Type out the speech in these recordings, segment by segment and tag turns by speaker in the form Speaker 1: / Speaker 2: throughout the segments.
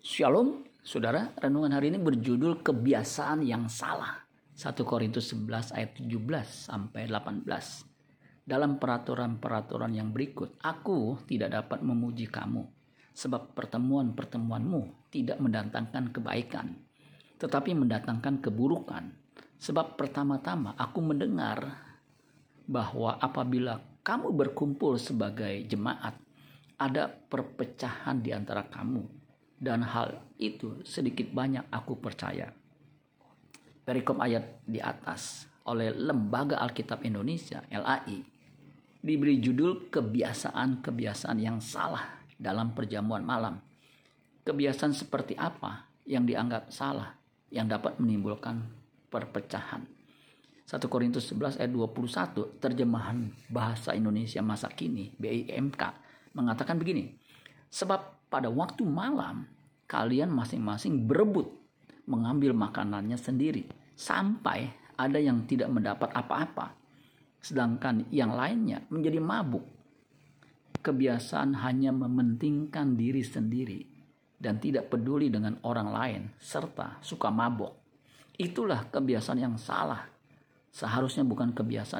Speaker 1: Shalom, saudara. Renungan hari ini berjudul kebiasaan yang salah. 1 Korintus 11 ayat 17 sampai 18. Dalam peraturan-peraturan yang berikut, aku tidak dapat memuji kamu, sebab pertemuan-pertemuanmu tidak mendatangkan kebaikan, tetapi mendatangkan keburukan. Sebab pertama-tama aku mendengar bahwa apabila kamu berkumpul sebagai jemaat, ada perpecahan di antara kamu, dan hal itu sedikit banyak aku percaya. Perikop ayat di atas oleh Lembaga Alkitab Indonesia (LAI) diberi judul kebiasaan-kebiasaan yang salah dalam perjamuan malam. Kebiasaan seperti apa yang dianggap salah yang dapat menimbulkan perpecahan? 1 Korintus 11 ayat 21 terjemahan bahasa Indonesia masa kini BIMK mengatakan begini. Sebab pada waktu malam kalian masing-masing berebut mengambil makanannya sendiri sampai ada yang tidak mendapat apa-apa, sedangkan yang lainnya menjadi mabuk. Kebiasaan hanya mementingkan diri sendiri dan tidak peduli dengan orang lain serta suka mabuk. Itulah kebiasaan yang salah. Seharusnya bukan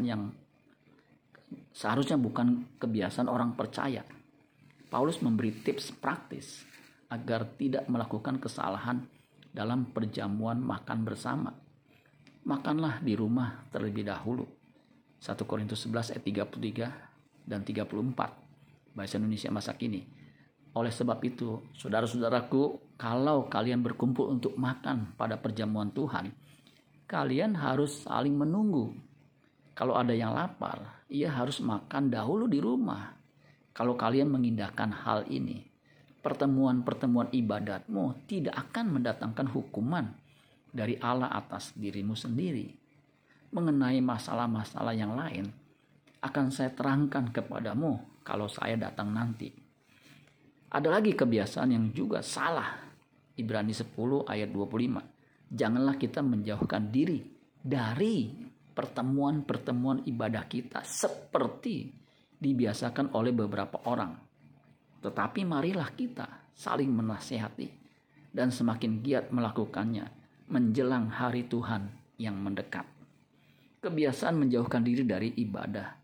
Speaker 1: kebiasaan orang percaya. Paulus memberi tips praktis agar tidak melakukan kesalahan dalam perjamuan makan bersama. Makanlah di rumah terlebih dahulu. 1 Korintus 11 ayat 33 dan 34. Bahasa Indonesia masa kini. Oleh sebab itu, saudara-saudaraku, kalau kalian berkumpul untuk makan pada perjamuan Tuhan, kalian harus saling menunggu. Kalau ada yang lapar, ia harus makan dahulu di rumah. Kalau kalian mengindahkan hal ini, pertemuan-pertemuan ibadatmu tidak akan mendatangkan hukuman dari Allah atas dirimu sendiri. Mengenai masalah-masalah yang lain, akan saya terangkan kepadamu kalau saya datang nanti. Ada lagi kebiasaan yang juga salah. Ibrani 10 ayat 25. Janganlah kita menjauhkan diri dari pertemuan-pertemuan ibadah kita seperti dibiasakan oleh beberapa orang. Tetapi marilah kita saling menasihati dan semakin giat melakukannya menjelang hari Tuhan yang mendekat. Kebiasaan menjauhkan diri dari ibadah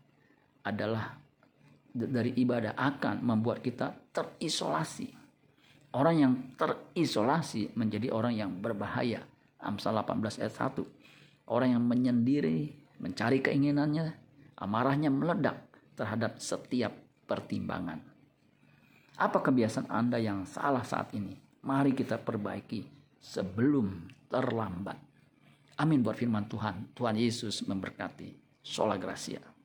Speaker 1: akan membuat kita terisolasi. Orang yang terisolasi menjadi orang yang berbahaya. Amsal 18 ayat 1. Orang yang menyendiri, mencari keinginannya, amarahnya meledak terhadap setiap pertimbangan. Apa kebiasaan Anda yang salah saat ini? Mari kita perbaiki sebelum terlambat. Amin buat firman Tuhan. Tuhan Yesus memberkati. Sola Gracia.